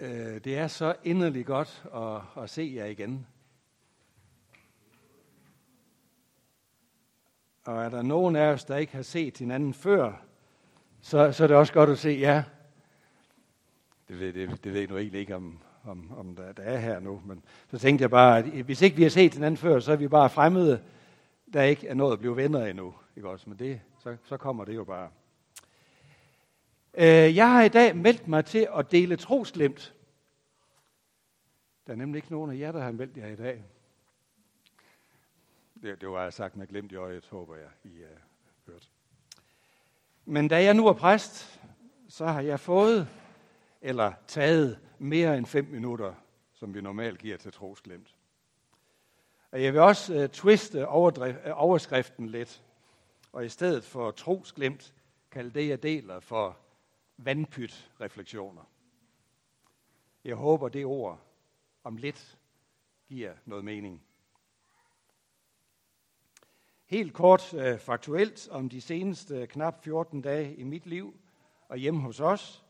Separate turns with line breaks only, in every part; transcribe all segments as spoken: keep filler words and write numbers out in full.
Det er så inderligt godt at, at se jer igen. Og er der nogen af os, der ikke har set hinanden før, så, så er det også godt at se jer. Det ved, det, det ved jeg nu egentlig ikke, om, om, om der, der er her nu. Men så tænkte jeg bare, at hvis ikke vi har set hinanden før, så er vi bare fremmede, der ikke er nået at blive venner endnu. Ikke også? Men det, så, så kommer det jo bare. Jeg har i dag meldt mig til at dele trosglimt. Der er nemlig ikke nogen af jer, der har meldt jer i dag. Det, det var jeg sagt med glimt i øjet, håber jeg, I har uh, hørt. Men da jeg nu er præst, så har jeg fået, eller taget, mere end fem minutter, som vi normalt giver til trosglimt. Og jeg vil også uh, twiste overskriften lidt, og i stedet for trosglimt, kalde det, jeg deler, for vandpyt-refleksioner. Jeg håber, det ord om lidt giver noget mening. Helt kort øh, faktuelt om de seneste knap fjorten dage i mit liv og hjemme hos os.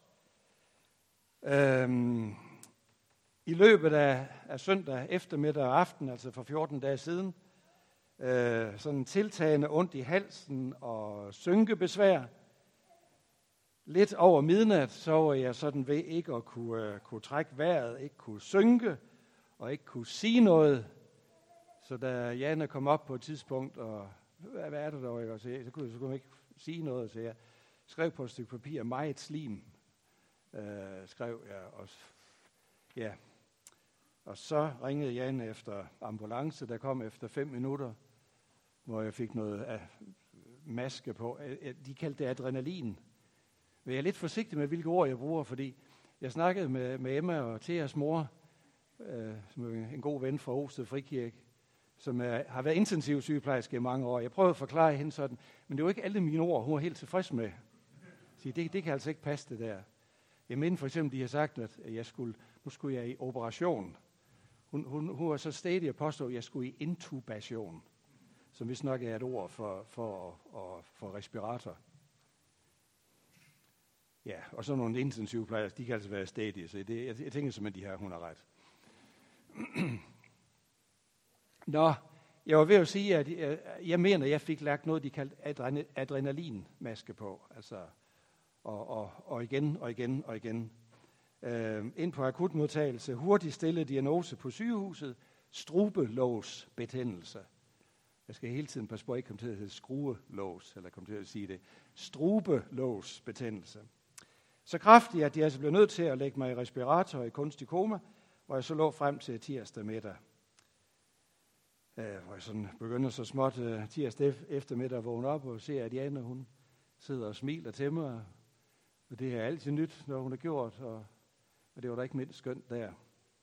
Øhm, I løbet af, af søndag eftermiddag og aften, altså for fjorten dage siden, øh, sådan tiltagende ondt i halsen og synkebesvær. Lidt over midnat, så var jeg sådan ved ikke at kunne, uh, kunne trække vejret, ikke kunne synke og ikke kunne sige noget. Så da Janne kom op på et tidspunkt, og hvad, hvad er det dog, ikke? Og så, så, kunne, så kunne jeg ikke sige noget, så jeg skrev på et stykke papir, meget slim, uh, skrev jeg. Og, ja. og så ringede Janne efter ambulance, der kom efter fem minutter, hvor jeg fik noget af maske på. De kaldte det adrenalin. Men jeg er lidt forsigtig med, hvilke ord jeg bruger, fordi jeg snakkede med, med Emma og Theas mor, øh, som er en god ven fra Osted Frikirke, som er, har været intensiv sygeplejerske i mange år. Jeg prøvede at forklare hende sådan, men det var ikke alle mine ord, hun var helt tilfreds med. Så det, det kan altså ikke passe det der. Jeg mener for eksempel, de har sagt, at jeg skulle, nu skulle jeg i operation. Hun, hun, hun var så stedig at påstå, at jeg skulle i intubation, som vist nok er et ord for, for, for, for respirator. Ja, og så nogle intensivplejere, de kan altså være stadige, så det, jeg, jeg tænker simpelthen, de her, hun har ret. Nå, jeg var ved at sige, at jeg, jeg mener, at jeg fik lagt noget, de kaldte adren, adrenalinmaske på, altså, og, og, og igen, og igen, og igen. Øh, ind på akutmodtagelse, hurtigt stille diagnose på sygehuset, strubelåsbetændelse. Jeg skal hele tiden passe på, at jeg ikke komme til at hedde skruelås, eller komme til at sige det. Strubelåsbetændelse. Så kraftigt, at de altså blev nødt til at lægge mig i respirator i kunstig koma, hvor jeg så lå frem til tirsdag middag. Øh, hvor jeg sådan begynder så småt uh, tirsdag eftermiddag at vågne op og se, at Janne, hun sidder og smiler til mig. Og det er altid nyt, når hun har gjort, og, og det var da ikke mindst skønt der.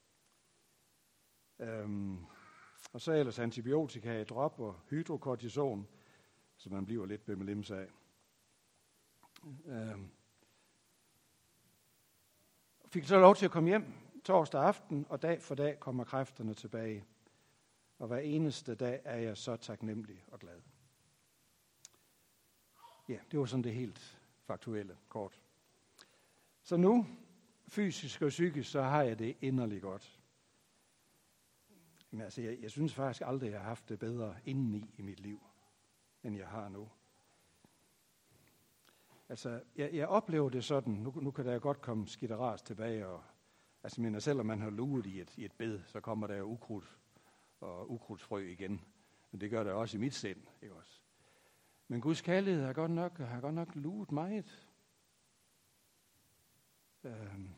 Øhm, og så ellers antibiotika i drop og hydrokortison, så man bliver lidt bimmelimse af. Øhm, Fik så lov til at komme hjem torsdag aften, og dag for dag kommer kræfterne tilbage. Og hver eneste dag er jeg så taknemmelig og glad. Ja, det var sådan det helt faktuelle kort. Så nu, fysisk og psykisk, så har jeg det inderligt godt. Men altså, jeg, jeg synes faktisk aldrig, jeg har haft det bedre indeni i mit liv, end jeg har nu. Altså, jeg, jeg oplever det sådan, nu, nu kan der jo godt komme skidt og ras tilbage, og altså, men selvom man har luet i et, i et bed, så kommer der jo ukrudt og ukrudtsfrø igen. Men det gør der også i mit sind, ikke også? Men Guds kærlighed har godt nok, har godt nok luet meget. Øhm.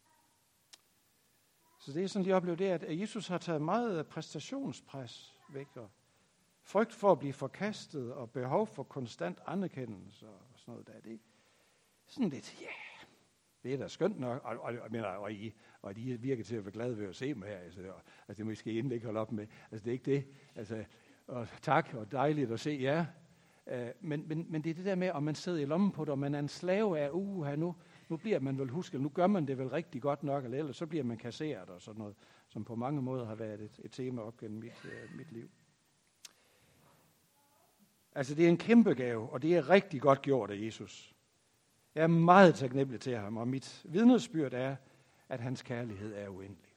Så det er sådan, jeg oplever det, at Jesus har taget meget af præstationspres væk, og frygt for at blive forkastet, og behov for konstant anerkendelse og sådan noget der. Det er sådan lidt, ja, yeah, det er da skønt nok, og, og, og, og, I, og de virker til at være glade ved at se mig her. Altså, og, altså det må I skal endelig ikke holde op med. Altså det er ikke det. Altså, og tak, og dejligt at se jer. Uh, men, men, men det er det der med, om man sidder i lommen på det, og man er en slave af, uh, her nu, nu bliver man vel husket, nu gør man det vel rigtig godt nok, eller ellers så bliver man kasseret og sådan noget, som på mange måder har været et, et tema op gennem mit, uh, mit liv. Altså det er en kæmpe gave, og det er rigtig godt gjort af Jesus. Jeg er meget taknemmelig til ham, og mit vidnesbyrd er, at hans kærlighed er uendelig.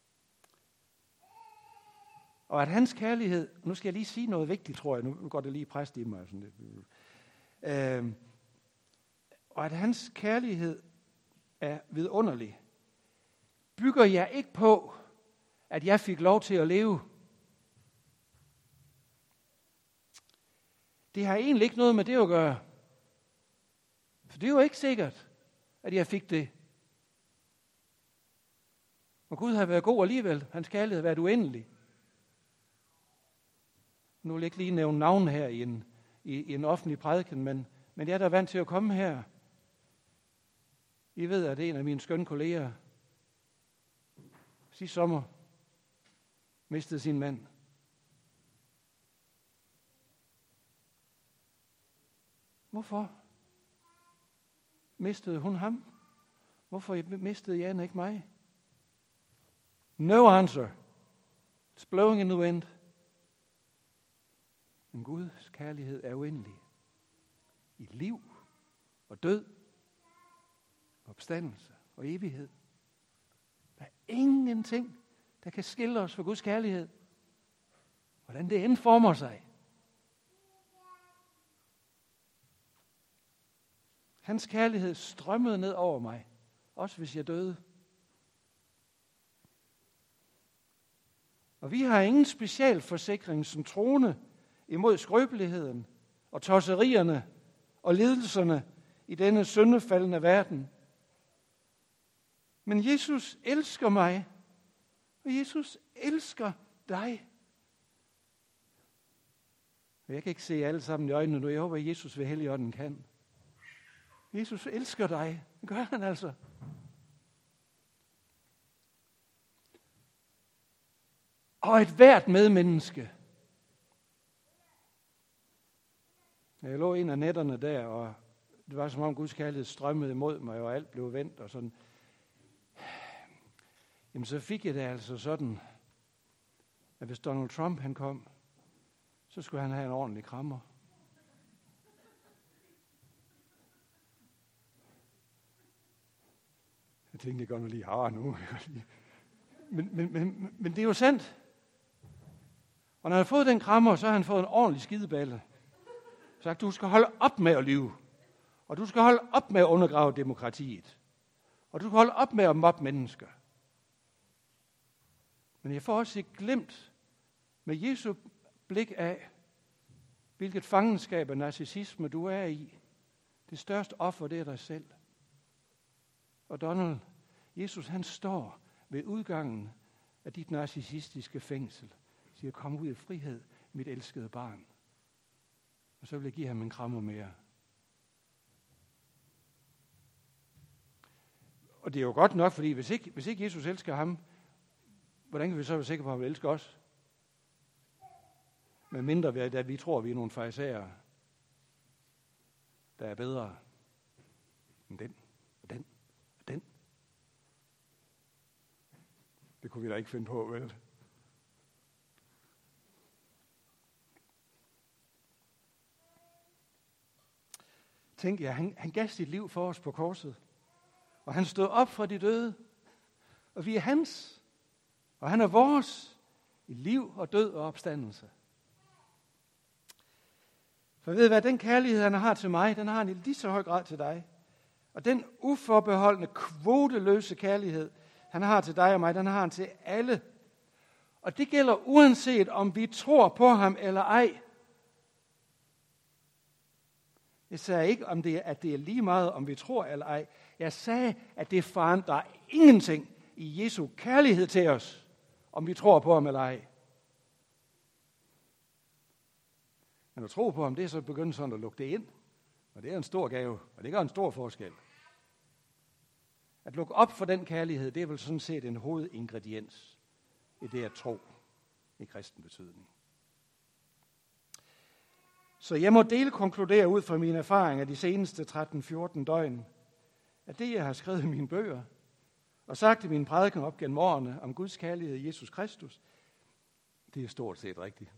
Og at hans kærlighed, nu skal jeg lige sige noget vigtigt, tror jeg, nu går det lige præst i mig. Sådan lidt. Øh, og at hans kærlighed er vidunderlig, bygger jeg ikke på, at jeg fik lov til at leve. Det har egentlig ikke noget med det at gøre. For det er jo ikke sikkert, at jeg fik det. Og Gud har været god alligevel. Hans kærlighed har været uendelig. Nu vil jeg ikke lige nævne navn her i en, i, i en offentlig prædiken, men, men jeg er da vant til at komme her. I ved, at det er en af mine skønne kolleger sidste sommer mistede sin mand. Hvorfor mistede hun ham? Hvorfor mistede Jan ikke mig? No answer. It's blowing in the wind. Men Guds kærlighed er uendelig. I liv og død, opstandelse og evighed. Der er ingenting, der kan skille os fra Guds kærlighed. Hvordan det end former sig. Hans kærlighed strømmede ned over mig, også hvis jeg døde. Og vi har ingen specialforsikring som troende imod skrøbeligheden og tosserierne og lidelserne i denne syndefaldende verden. Men Jesus elsker mig, og Jesus elsker dig. Og jeg kan ikke se alle sammen i øjnene nu. Jeg håber, at Jesus ved Helligånden kan. Jesus elsker dig. Det gør han altså. Og et hvert medmenneske. Jeg lå en af nætterne der, og det var som om Guds kærlighed strømmede imod mig, og alt blev vendt og sådan. Jamen så fik jeg det altså sådan, at hvis Donald Trump han kom, så skulle han have en ordentlig krammer. Jeg tænkte, jeg godt nok lige har nu. Men, men, men, men det er jo sandt. Og når han har fået den krammer, så har han fået en ordentlig skideballe. Sagt, du skal holde op med at lyve. Og du skal holde op med at undergrave demokratiet. Og du skal holde op med at mobbe mennesker. Men jeg får også et glimt med Jesu blik af, hvilket fangenskab af narcissisme du er i. Det største offer, det er dig selv. Og Donald, Jesus han står ved udgangen af dit narcissistiske fængsel. Siger, kom ud i frihed, mit elskede barn. Og så vil jeg give ham en krammer mere. Og det er jo godt nok, fordi hvis ikke, hvis ikke Jesus elsker ham, hvordan kan vi så være sikre på, at han elsker os? Med mindre vi, at vi tror, at vi er nogle farisæere, der er bedre end den, og den, og den. Det kunne vi da ikke finde på, vel? Tænk jer, han, han gav sit liv for os på korset. Og han stod op fra de døde. Og vi er hans. Og han er vores i liv og død og opstandelse. For ved I hvad, den kærlighed, han har til mig, den har han i lige så høj grad til dig. Og den uforbeholdne, kvoteløse kærlighed, han har til dig og mig, den har han til alle. Og det gælder uanset om vi tror på ham eller ej. Jeg sagde ikke, om det er, at det er lige meget, om vi tror eller ej. Jeg sagde, at det forandrer ingenting i Jesu kærlighed til os, om vi tror på ham eller ej. Men at tro på ham, det er så begyndt sådan at lukke det ind. Og det er en stor gave, og det gør en stor forskel. At lukke op for den kærlighed, det er vel sådan set en hovedingrediens i det at tro i kristen betydning. Så jeg må delkonkludere ud fra mine erfaringer de seneste tretten fjorten døgn, at det, jeg har skrevet i mine bøger, og sagt i mine prædiken op gennem årene om Guds kærlighed i Jesus Kristus, det er stort set rigtigt.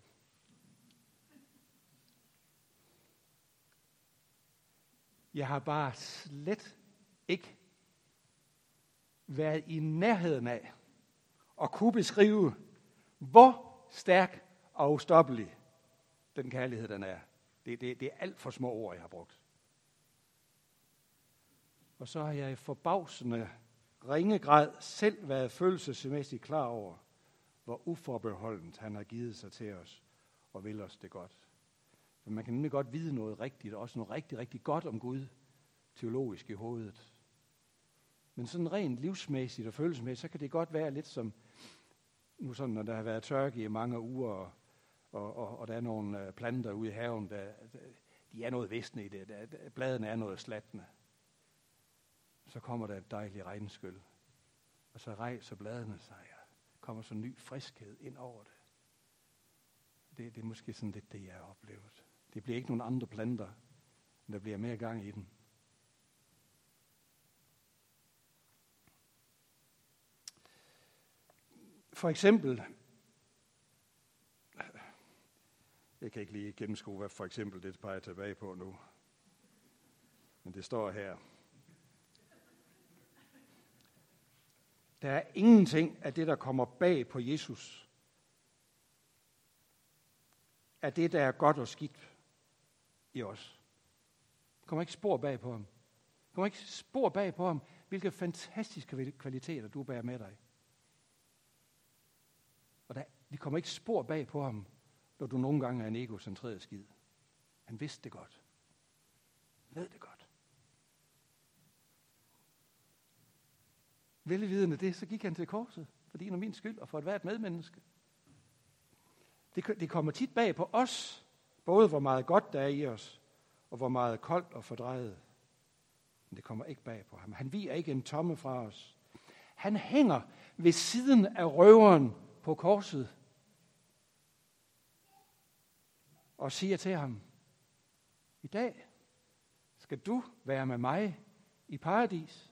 Jeg har bare slet ikke været i nærheden af og kunne beskrive, hvor stærk og ustoppelig den kærlighed den er. Det, det, det er alt for små ord, jeg har brugt. Og så har jeg i forbavsende ringe grad selv været følelsesmæssigt klar over, hvor uforbeholdent han har givet sig til os og vil os det godt. For man kan nemlig godt vide noget rigtigt, og også noget rigtig, rigtig godt om Gud, teologisk i hovedet. Men sådan rent livsmæssigt og følelsesmæssigt, så kan det godt være lidt som, nu sådan, når der har været tørke i mange uger, og, og, og, og der er nogle planter ude i haven, der, de er noget visne i det, der, bladene er noget slatne. Så kommer der et dejligt regnskyl, og så rejser bladene sig, og kommer så ny friskhed ind over det. det. Det er måske sådan lidt det, jeg har oplevet. Det bliver ikke nogen andre planter, men der bliver mere gang i dem. For eksempel, jeg kan ikke lige gennemskue, hvad for eksempel det peger tilbage på nu, men det står her. Der er ingenting af det, der kommer bag på Jesus, af det, der er godt og skidt i os. Der kommer ikke spor bag på ham. Der kommer ikke spor bag på ham, hvilke fantastiske kvaliteter du bærer med dig. Og der, vi kommer ikke spor bag på ham, når du nogle gange er en egocentreret skid. Han vidste det godt. Han ved det godt. Velvidende det, så gik han til korset, for din og min skyld, og for et hvert medmenneske. Det, det kommer tit bag på os, både hvor meget godt der er i os, og hvor meget koldt og fordrejet. Men det kommer ikke bag på ham. Han viger ikke en tomme fra os. Han hænger ved siden af røveren på korset, og siger til ham, i dag skal du være med mig i paradis.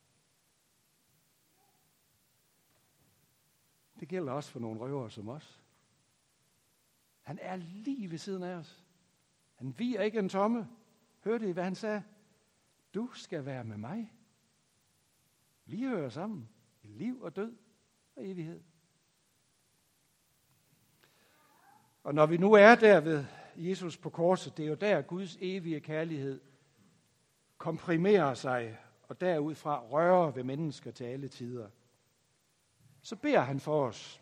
Det gælder også for nogle røvere som os. Han er lige ved siden af os. Han viger ikke en tomme. Hørte I, hvad han sagde? Du skal være med mig. Vi hører sammen i liv og død og evighed. Og når vi nu er der ved Jesus på korset, det er jo der Guds evige kærlighed komprimerer sig, og derudfra rører ved mennesker til alle tider. Så beder han for os.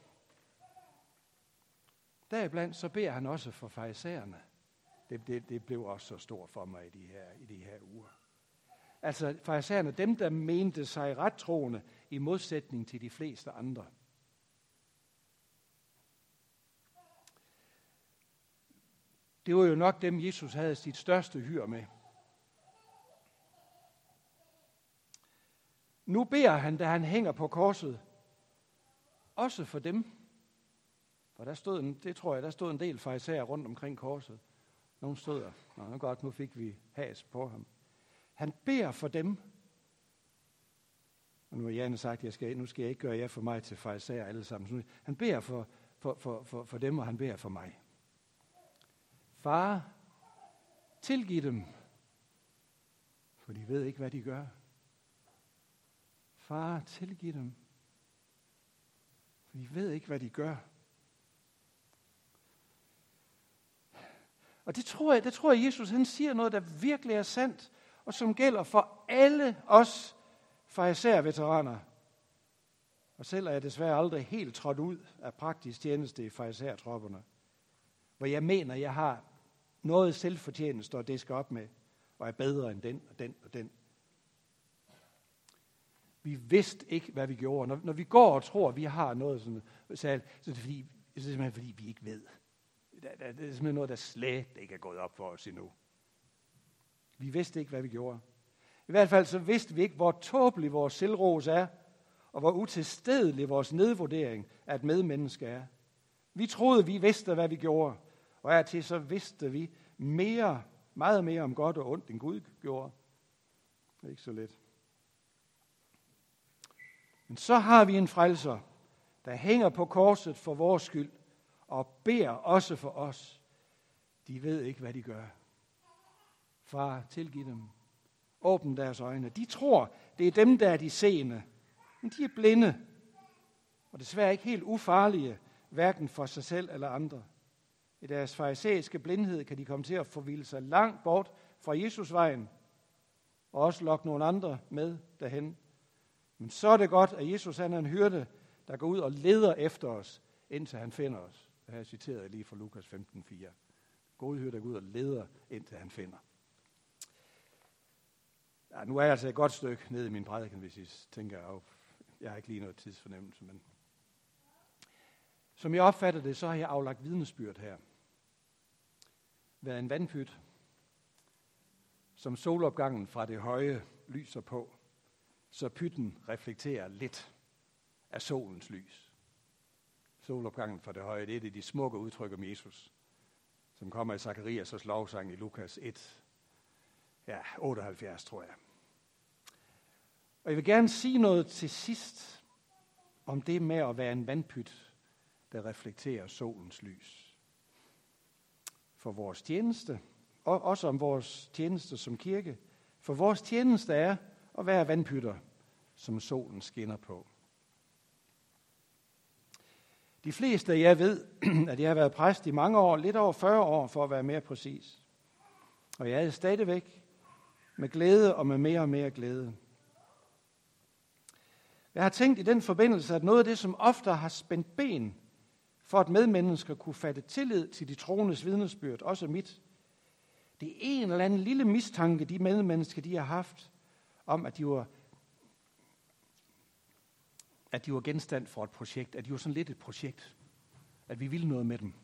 Deriblandt så beder han også for farisæerne. Det, det, det blev også så stort for mig i de her, i de her uger. Altså farisæerne, dem der mente sig rettroende i modsætning til de fleste andre. Det var jo nok dem, Jesus havde sit største hyr med. Nu beder han, da han hænger på korset, også for dem. For der stod en, det tror jeg, der stod en del farisæer rundt omkring korset. Nogle stod der. Nå, nu godt, nu fik vi has på ham. Han beder for dem. Og nu har Janne sagt, jeg skal, nu skal jeg ikke gøre jer for mig til farisæer alle sammen. Han beder for, for, for, for, for dem, og han beder for mig. Far, tilgiv dem, for de ved ikke, hvad de gør. Far, tilgiv dem, for de ved ikke, hvad de gør. Og det tror jeg, det tror jeg, Jesus han siger noget, der virkelig er sandt, og som gælder for alle os farisæer-veteraner. Og selv er jeg desværre aldrig helt trådt ud af praktisk tjeneste i farisæertropperne, hvor jeg mener, jeg har noget selvfortjeneste, og det skal op med, og er bedre end den og den og den. Vi vidste ikke, hvad vi gjorde. Når, når vi går og tror, at vi har noget sådan, så er det, fordi, det er simpelthen fordi, vi ikke ved. Det er, det er simpelthen noget, der slet ikke er gået op for os endnu. Vi vidste ikke, hvad vi gjorde. I hvert fald så vidste vi ikke, hvor tåbelig vores selvros er, og hvor utilstedelig vores nedvurdering af et medmenneske er. Vi troede, vi vidste, hvad vi gjorde, og af til så vidste vi mere, meget mere om godt og ondt, end Gud gjorde. Det er ikke så let. Men så har vi en frelser, der hænger på korset for vores skyld, og beder også for os. De ved ikke, hvad de gør. Far, tilgiv dem. Åbn deres øjne. De tror, det er dem, der er de seende. Men de er blinde, og desværre ikke helt ufarlige, hverken for sig selv eller andre. I deres farisæiske blindhed kan de komme til at forvilde sig langt bort fra Jesusvejen, og også lokke nogle andre med derhen. Men så er det godt, at Jesus han er en hyrde, der går ud og leder efter os, indtil han finder os. Det har jeg citeret lige fra Lukas femten fire. God hyrde, der går ud og leder, indtil han finder. Ja, nu er jeg altså et godt stykke nede i min prædiken, hvis I tænker, at jeg har ikke lige noget tidsfornemmelse. Men som jeg opfatter det, så har jeg aflagt vidnesbyrd her. Været en vandpyt, som solopgangen fra det høje lyser på, så pytten reflekterer lidt af solens lys. Solopgangen fra det høje, det er det de smukke udtryk om Jesus, som kommer i Zakarias' lovsang i Lukas et, ja, otteoghalvfjerds, tror jeg. Og jeg vil gerne sige noget til sidst om det med at være en vandpyt, der reflekterer solens lys. For vores tjeneste, og også om vores tjeneste som kirke. For vores tjeneste er at være vandpytter, som solen skinner på. De fleste af jer ved, at jeg har været præst i mange år, lidt over fyrre år for at være mere præcis. Og jeg er stadigvæk med glæde og med mere og mere glæde. Jeg har tænkt i den forbindelse, at noget af det, som ofte har spændt ben for at medmennesker kunne fatte tillid til de troendes vidnesbyrd, også mit, det er en eller anden lille mistanke, de medmennesker, de har haft, om at de var, at de var genstand for et projekt, at de var sådan lidt et projekt, at vi ville noget med dem.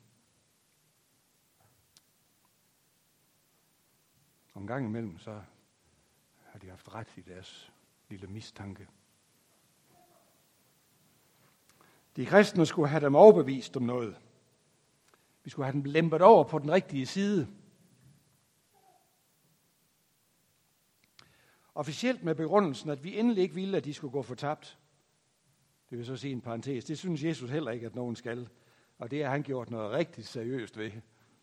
Og en gang imellem, så har de haft ret i deres lille mistanke. De kristne skulle have dem overbevist om noget. Vi skulle have dem lempet over på den rigtige side. Officielt med begrundelsen, at vi endelig ikke ville, at de skulle gå fortabt. Det vil så sige en parentes. Det synes Jesus heller ikke, at nogen skal. Og det har han gjort noget rigtig seriøst ved.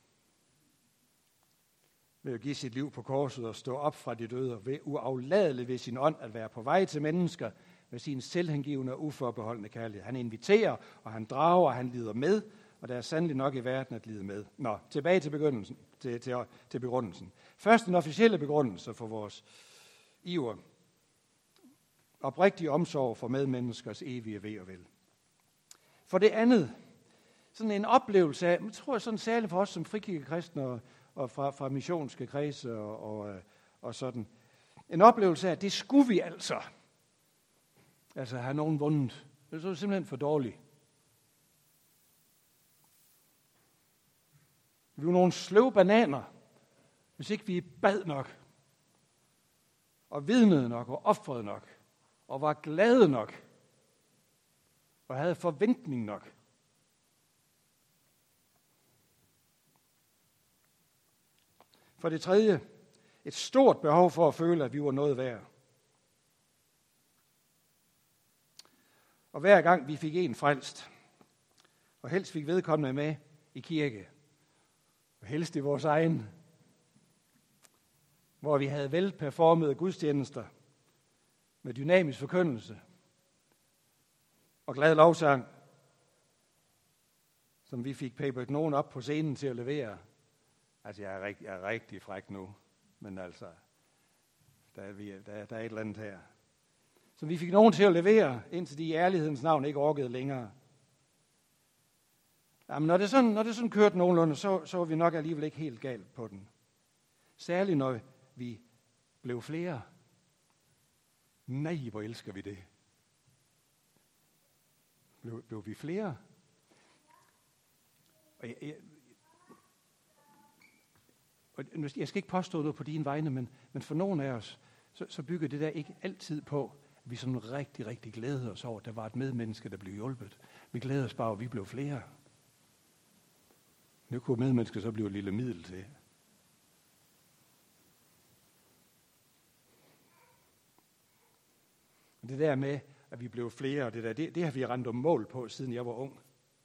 Ved at give sit liv på korset og stå op fra de døde, og ved uafladeligt ved sin ånd at være på vej til mennesker, med sin selvhengivende og uforbeholdende kærlighed. Han inviterer, og han drager, og han lider med, og der er sandelig nok i verden at lide med. Nå, tilbage til begyndelsen, til, til, til begrundelsen. Først den officielle begrundelse for vores iver. Oprigtig omsorg for medmenneskers evige ve og vel. For det andet, sådan en oplevelse af, jeg tror sådan særligt for os som frikirkekristne og, og fra, fra missionske kredse og, og, og sådan, en oplevelse af, at det skulle vi altså. Altså have nogen vundet. Det er simpelthen for dårligt. Vi er nogle sløve bananer, hvis ikke vi bad nok, og vidnede nok, og offrede nok, og var glade nok, og havde forventning nok. For det tredje, et stort behov for at føle, at vi var noget værd. Og hver gang vi fik en frelst, og helst fik vedkommende med i kirke, og helst i vores egen, hvor vi havde velperformede gudstjenester med dynamisk forkyndelse og glad lovsang, som vi fik papet nogen op på scenen til at levere. Altså, jeg er, rigt, jeg er rigtig fræk nu, men altså, der er, vi, der, der er et eller andet her. Som vi fik nogen til at levere, indtil de i ærlighedens navn ikke orkede længere. Jamen, når det sådan, når det sådan kørte nogenlunde, så, så var vi nok alligevel ikke helt galt på den. Særligt når vi blev flere. Nej, hvor elsker vi det. Blev, blev vi flere? Og jeg, jeg, og jeg skal ikke påstå noget på dine vegne, men, men for nogle af os, så, så bygger det der ikke altid på, at vi sådan rigtig, rigtig glæder os over, at der var et medmenneske, der blev hjulpet. Vi glæder os bare over, at vi blev flere. Nu kunne medmennesker så blive et lille middel til. Og det der med, at vi blev flere, og det, der, det, det har vi rendt om mål på, siden jeg var ung.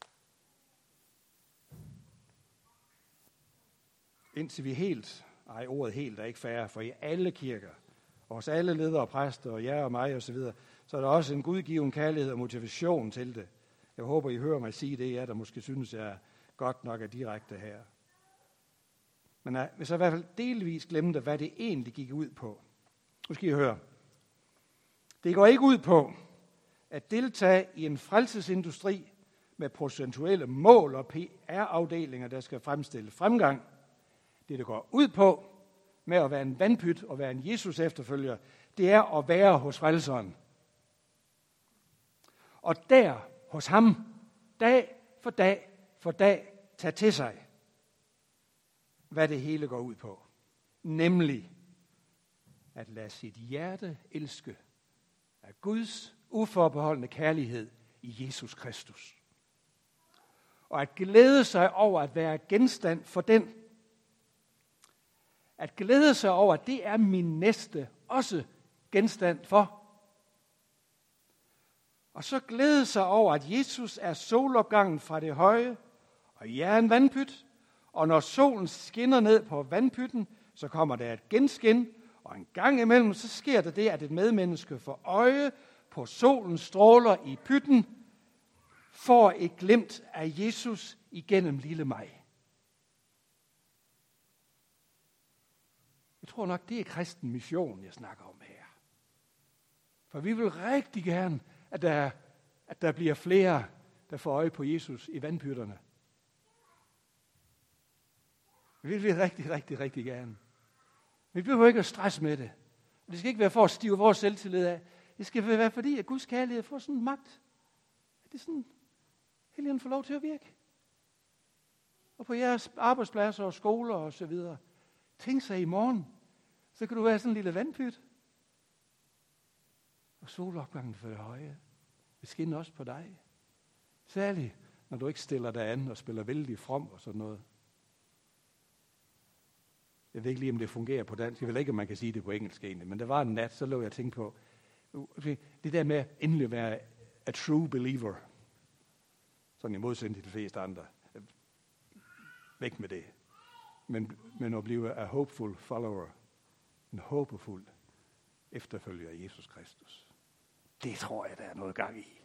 Indtil vi helt, ej ordet helt er ikke færre, for i alle kirker, og hos alle ledere og præster, og jer og mig osv., så, så er der også en gudgiven kærlighed og motivation til det. Jeg håber, I hører mig sige det, jeg der måske synes, jeg er godt nok er direkte her. Men jeg, hvis jeg i hvert fald delvis glemte, hvad det egentlig gik ud på. Nu skal I høre. Det går ikke ud på at deltage i en frelsesindustri med procentuelle mål og P R-afdelinger, der skal fremstille fremgang. Det, det går ud på med at være en vandpyt og være en Jesus-efterfølger, det er at være hos frelseren. Og der hos ham, dag for dag for dag, tage til sig, hvad det hele går ud på. Nemlig at lade sit hjerte elske af Guds uforbeholdne kærlighed i Jesus Kristus. Og at glæde sig over at være genstand for den. At glæde sig over, at det er min næste også genstand for. Og så glæde sig over, at Jesus er solopgangen fra det høje, og jeg er en vandpyt. Og når solen skinner ned på vandpytten, så kommer der et genskin, og en gang imellem, så sker der det, at et medmenneske får øje på solens stråler i pytten, får et glimt af Jesus igennem lille mig. Jeg tror nok, det er kristen mission, jeg snakker om her. For vi vil rigtig gerne, at der, at der bliver flere, der får øje på Jesus i vandpytterne. Vi vil vi rigtig, rigtig, rigtig gerne. Vi behøver ikke at stresse med det. Det skal ikke være for at stive vores selvtillid af. Det skal være fordi, at Guds kærlighed får sådan en magt. At det er sådan, Helligånden får lov til at virke. Og på jeres arbejdspladser og skoler og så videre. Tænk sig i morgen, så kan du være sådan en lille vandpyt. Og solopgangen for det høje, det skinner også på dig. Særligt, når du ikke stiller dig an og spiller vældig from og sådan noget. Jeg ved ikke lige, om det fungerer på dansk. Jeg ved ikke, om man kan sige det på engelsk egentlig. Men der var en nat, så lå jeg og tænkte på, det der med at endelig være a true believer. Sådan i modsætning til de fleste andre. Væk med det. Men, men at blive a hopeful follower. En håbefuld efterfølger af Jesus Kristus. Det tror jeg, der er noget gang i.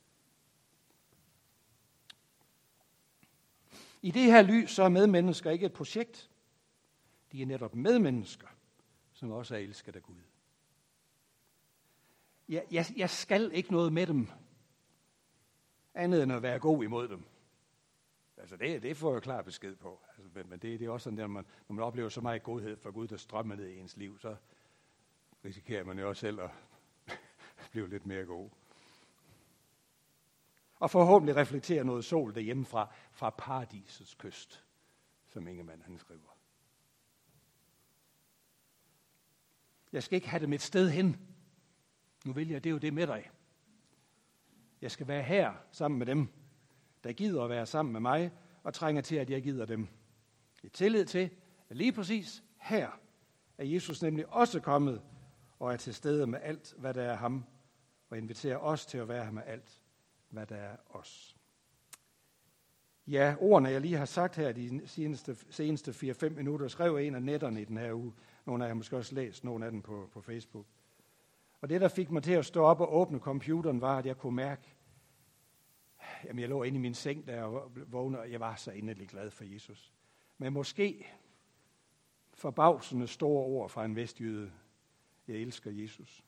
I det her lys, så er medmennesker ikke et projekt. De er netop medmennesker, som også er elsket af Gud. Jeg, jeg, jeg skal ikke noget med dem, andet end at være god imod dem. Altså det, det får jeg klar besked på. Altså, men det, det er også sådan, at man, når man oplever så meget godhed fra Gud, der strømmer ned i ens liv, så risikerer man jo også selv at blive lidt mere god. Og forhåbentlig reflektere noget sol derhjemmefra, fra paradisets kyst, som Ingemann han skriver. Jeg skal ikke have dem et sted hen. Nu vil jeg, det er jo det med dig. Jeg skal være her sammen med dem, der gider at være sammen med mig, og trænger til, at jeg gider dem. I tillid til, at lige præcis her er Jesus nemlig også kommet og er til stede med alt, hvad der er ham, og inviterer os til at være her med alt, hvad der er os. Ja, ordene, jeg lige har sagt her de seneste, seneste fire til fem minutter, skrev en af netterne i den her uge. Nogle af jer har måske også læst nogle af dem på, på Facebook. Og det, der fik mig til at stå op og åbne computeren, var, at jeg kunne mærke, jamen jeg lå inde i min seng der og vågnede, og jeg var så inderligt glad for Jesus. Men måske forbavsende store ord fra en vestjyde. Jeg elsker Jesus.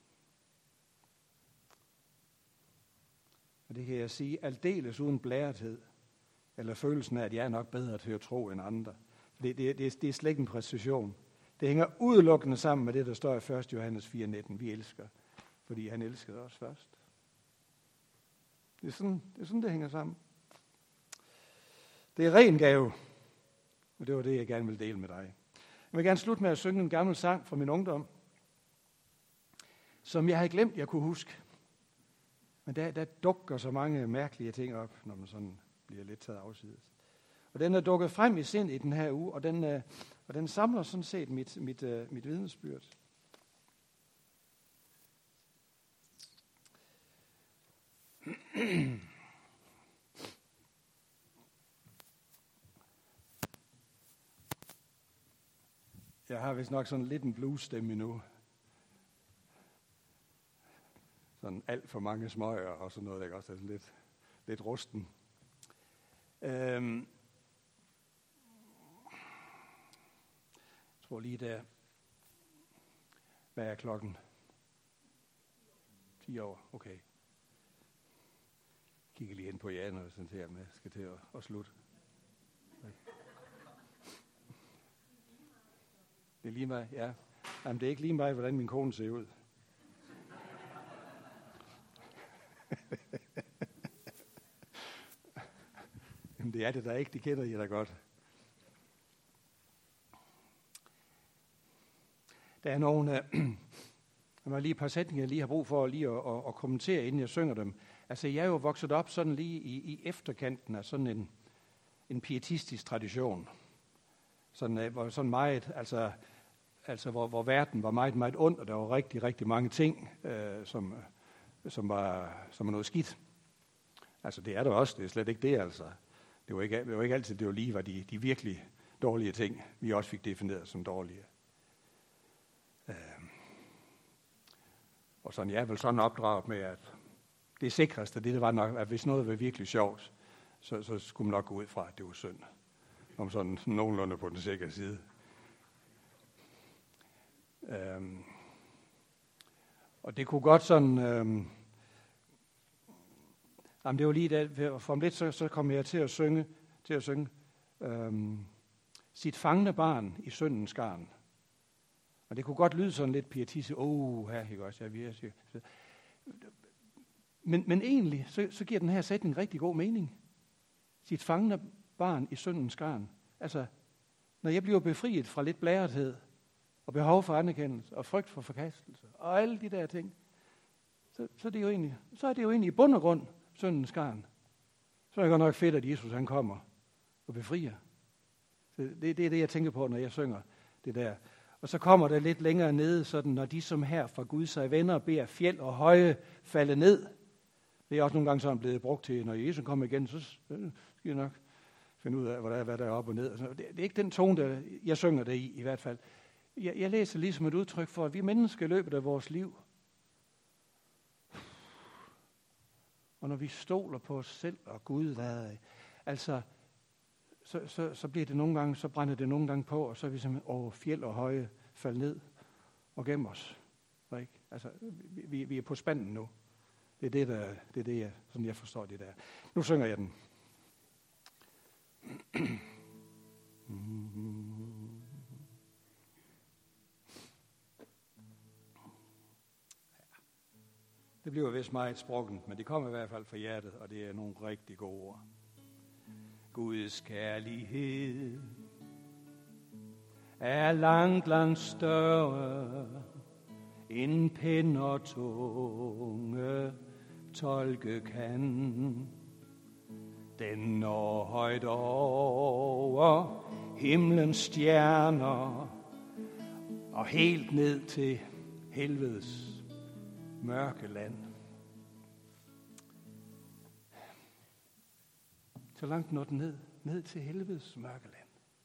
Og det kan jeg sige aldeles uden blærethed, eller følelsen af, at jeg er nok bedre til at tro end andre. Det, det, det, det er slet ikke en præcision. Det hænger udelukkende sammen med det, der står i første Johannes fire nitten. Vi elsker, fordi han elskede os først. Det er sådan, det, er sådan, det hænger sammen. Det er ren gave, og det var det, jeg gerne vil dele med dig. Jeg vil gerne slutte med at synge en gammel sang fra min ungdom, som jeg havde glemt, jeg kunne huske. Men der, der dukker så mange mærkelige ting op, når man sådan bliver lidt taget afsides. Og den er dukket frem i sind i den her uge, og den, øh, og den samler sådan set mit, mit, øh, mit vidnesbyrd. Jeg har vist nok sådan lidt en blues-stemme nu. sådan alt for mange smøger og sådan noget, ikke også? Altså lidt, lidt rusten. Øhm. Jeg tror lige der, hvad er klokken? ti år, okay. Kigger lige ind på Jan og sådan her med, skal til at, at slutte. Det er lige mig, ja. Jamen, det er ikke lige mig, hvordan min kone ser ud. Jamen, det er det der ikke, de kender I da godt. Der er nogle, der er lige et par sætninger, jeg lige har brug for lige at, at, at kommentere, inden jeg synger dem. Altså, jeg er jo vokset op sådan lige i, i efterkanten af sådan en, en pietistisk tradition. Sådan, hvor sådan meget, altså, altså hvor, hvor verden var meget, meget ond, og der var rigtig, rigtig mange ting, øh, som, som, var, som var noget skidt. Altså, det er der også, det er slet ikke det, altså. Det var ikke, det var ikke altid, det var lige var de, de virkelig dårlige ting, vi også fik defineret som dårlige. Øh. Og sådan, jeg er vel sådan opdraget med, at det sikreste, det, det var nok, at hvis noget var virkelig sjovt, så, så skulle man nok gå ud fra, at det var synd. Om sådan nogenlunde på den sikre side. Øhm. Og det kunne godt sådan... Øhm. Jamen, det var lige der, for om lidt, så, så kom jeg til at synge, til at synge øhm. sit fangne barn i syndens garn. Og det kunne godt lyde sådan lidt pietistisk. Åh, oh, her, ikke også? Jeg vil men, men egentlig, så, så giver den her sætning rigtig god mening. Sit fangne barn i syndens garn. Altså, når jeg bliver befriet fra lidt blærethed, og behov for anerkendelse, og frygt for forkastelse, og alle de der ting, så, så, er, det jo egentlig, så er det jo egentlig i bund og grund syndens garn. Så er det godt nok fedt, at Jesus han kommer og befrier. Så det, det er det, jeg tænker på, når jeg synger det der. Og så kommer der lidt længere nede, sådan, når de som her fra Gud sig venner beder fjeld og høje falde ned. Det er også nogle gange sådan blevet brugt til, når Jesus kommer igen, så skal jeg nok finde ud af, hvad der er, hvad der er op og ned. Det, det er ikke den tone, der jeg synger det i, i hvert fald. Jeg, jeg læser ligesom et udtryk for, at vi mennesker i løbet af vores liv, og når vi stoler på os selv og Gud, hvad, altså, så, så, så bliver det nogle gange, så brænder det nogle gange på, og så er vi simpelthen over fjeld og høje falde ned og gemme os. Ikke? Altså, vi, vi er på spanden nu. Det er det, der, det er det, jeg, sådan jeg forstår det der. Nu synger jeg den. Det bliver vist meget sprogent, men det kommer i hvert fald fra hjertet, og det er nogle rigtig gode ord. Guds kærlighed er langt, langt større end pen og tunge tolke kan. Den når højt over himlens stjerner og helt ned til helvedes mørke land. Så langt når den ned, ned til helvedes mørke land.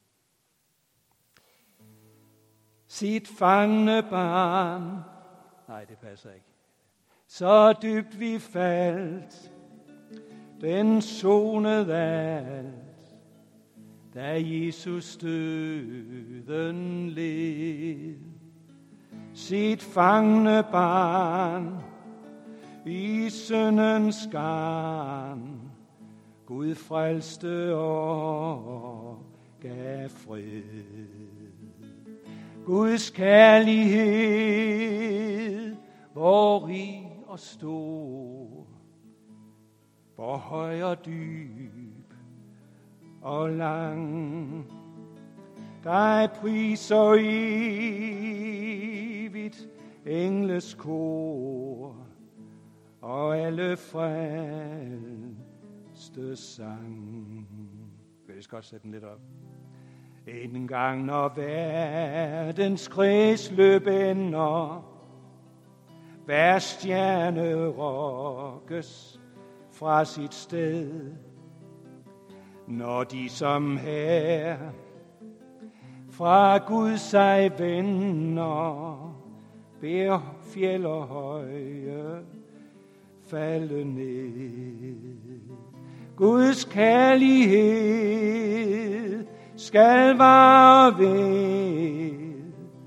Sit fangne barn, nej det passer ikke, så dybt vi faldt, den sonede alt, da Jesus døden led. Sit fangne barn i syndens garn, Gud frelste og gav fred. Guds kærlighed, hvor rig og stor, hvor høj og dyb og lang, dig priser evigt engles kor og alle frelste sang. Vil jeg godt sætte den lidt op? En gang når verdens kredsløb ender, hver stjerne rokkes fra sit sted, når de som her fra Gud sig vender, beder fjeld og høje falde ned. Guds kærlighed skal vare ved,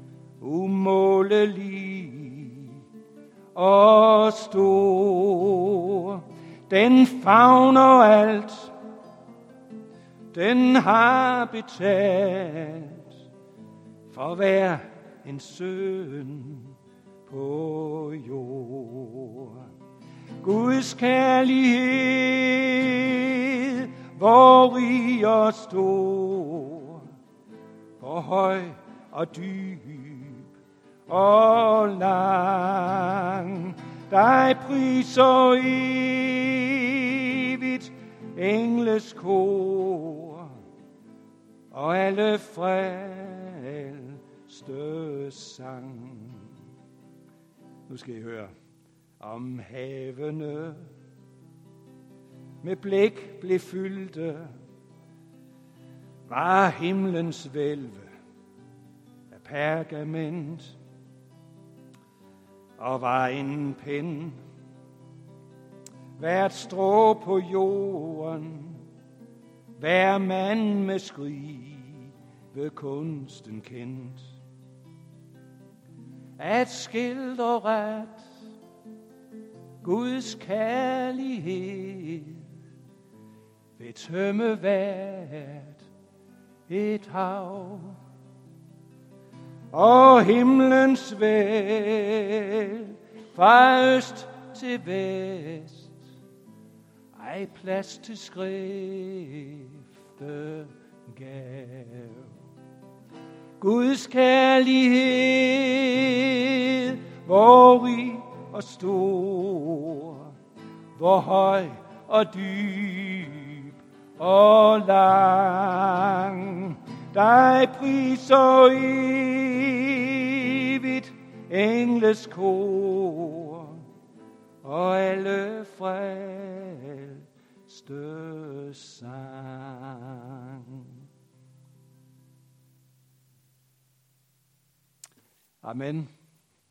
umålelig og stor. Den favner alt, den har betalt for hver en søn på jord. Guds kærlighed, hvor rig og stor, hvor høj og dyb og lang, dig priser evigt engles kor, og alle frelste sang. Nu skal I høre. Om havene med blæk blev fyldte, var himlens vælve af pergament, og var en pen hvert strå på jorden, hver mand med skrive kunsten kendt, at skildre ret Guds kærlighed vil tømme hvert et hav, og himlens væld fra øst til vest, ej plads til skrifte gav. Guds kærlighed, hvor rig og stor, hvor høj og dyb og lang, dig priser evigt engles kor, og alle frelste sang. Amen.